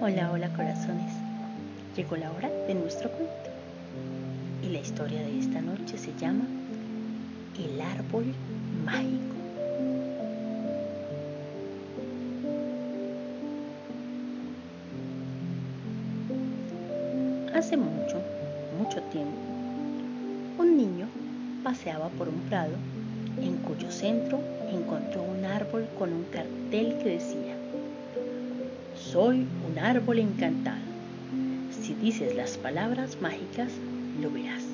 Hola, hola corazones. Llegó la hora de nuestro cuento. Y la historia de esta noche se llama El árbol mágico. Hace mucho, mucho tiempo, un niño paseaba por un prado en cuyo centro encontró un árbol con un cartel que decía: Soy un árbol encantado. Si dices las palabras mágicas, lo verás.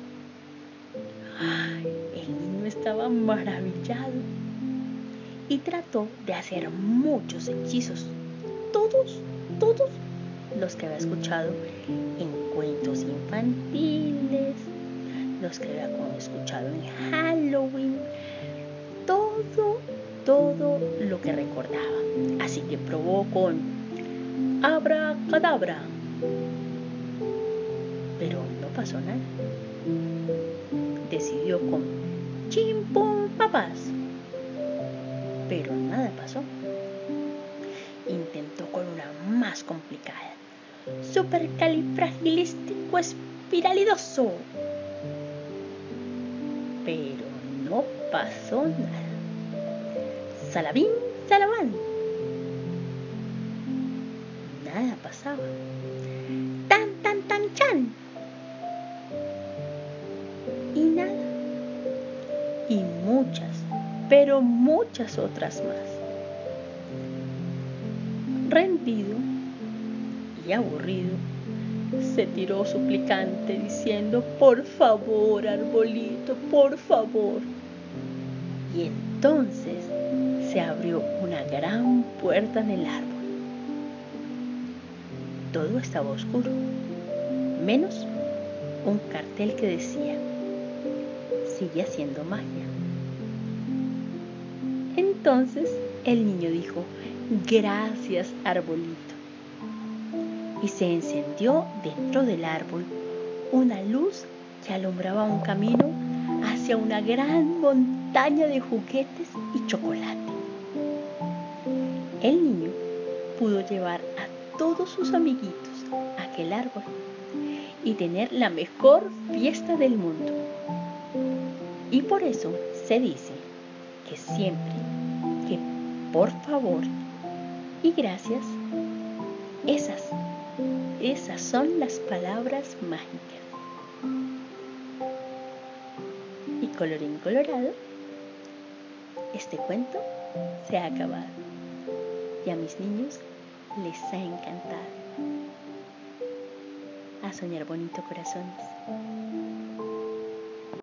El niño estaba maravillado y trató de hacer muchos hechizos, todos los que había escuchado en cuentos infantiles, los que había escuchado en Halloween, todo lo que recordaba. Así que probó con abracadabra, pero no pasó nada. Decidió con chimpum papas, pero nada pasó. Intentó con una más complicada: supercalifragilisticoespiralidoso, pero no pasó nada. Salabín, salabán, nada pasaba. Tan, tan, tan, chan, y nada. Y muchas, pero muchas otras más. Rendido y aburrido, se tiró suplicante diciendo: por favor, arbolito, por favor. Y entonces se abrió una gran puerta en el árbol. Todo estaba oscuro, menos un cartel que decía: sigue haciendo magia. Entonces el niño dijo: gracias, arbolito. Y se encendió dentro del árbol una luz que alumbraba un camino hacia una gran montaña de juguetes y chocolate. El niño pudo llevar a todos sus amiguitos a aquel árbol y tener la mejor fiesta del mundo. Y por eso se dice que siempre que por favor y gracias, esas son las palabras mágicas. Y colorín colorado, este cuento se ha acabado y a mis niños les ha encantado. A soñar bonito, corazones.